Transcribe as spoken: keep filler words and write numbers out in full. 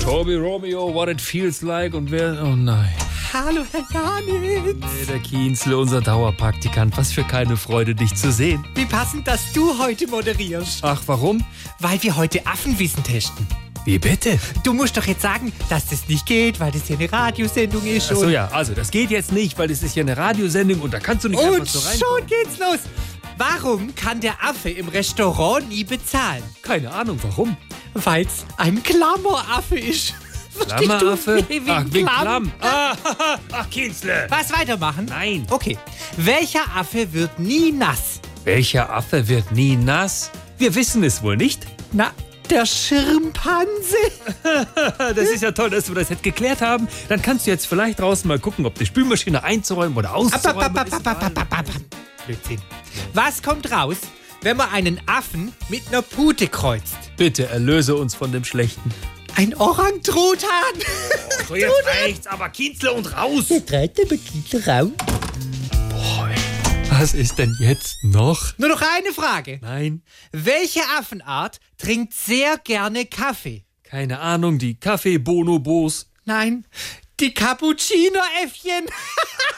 Toby Romeo, What It Feels Like und wer... Oh nein. Hallo, Herr Janitz. Nee, der Kienzle, unser Dauerpraktikant. Was für keine Freude, dich zu sehen. Wie passend, dass du heute moderierst. Ach, warum? Weil wir heute Affenwissen testen. Wie bitte? Du musst doch jetzt sagen, dass das nicht geht, weil das hier eine Radiosendung ist. Ach so, ja, also das geht jetzt nicht, weil das ist ja eine Radiosendung und da kannst du nicht und einfach so rein. Und schon geht's los. Warum kann der Affe im Restaurant nie bezahlen? Keine Ahnung, warum? Weil's ein Klammeraffe ist. Klammeraffe? Wegen Ach, wegen Klamm. Klamm. Ah, ach, Kienzle. Was weitermachen? Nein. Okay. Welcher Affe wird nie nass? Welcher Affe wird nie nass? Wir wissen es wohl nicht. Na, der Schimpanse. Das ist ja toll, dass wir das jetzt geklärt haben. Dann kannst du jetzt vielleicht draußen mal gucken, ob die Spülmaschine einzuräumen oder auszuräumen ist. Blödsinn. Was kommt raus, wenn man einen Affen mit einer Pute kreuzt? Bitte erlöse uns von dem Schlechten. Ein Orang-Truthahn. So, jetzt reicht's, aber Kienzle und raus. Jetzt reicht aber Kienzle raus. Boah, was ist denn jetzt noch? Nur noch eine Frage. Nein. Welche Affenart trinkt sehr gerne Kaffee? Keine Ahnung, die Kaffee-Bonobos. Nein, die Cappuccino-Äffchen.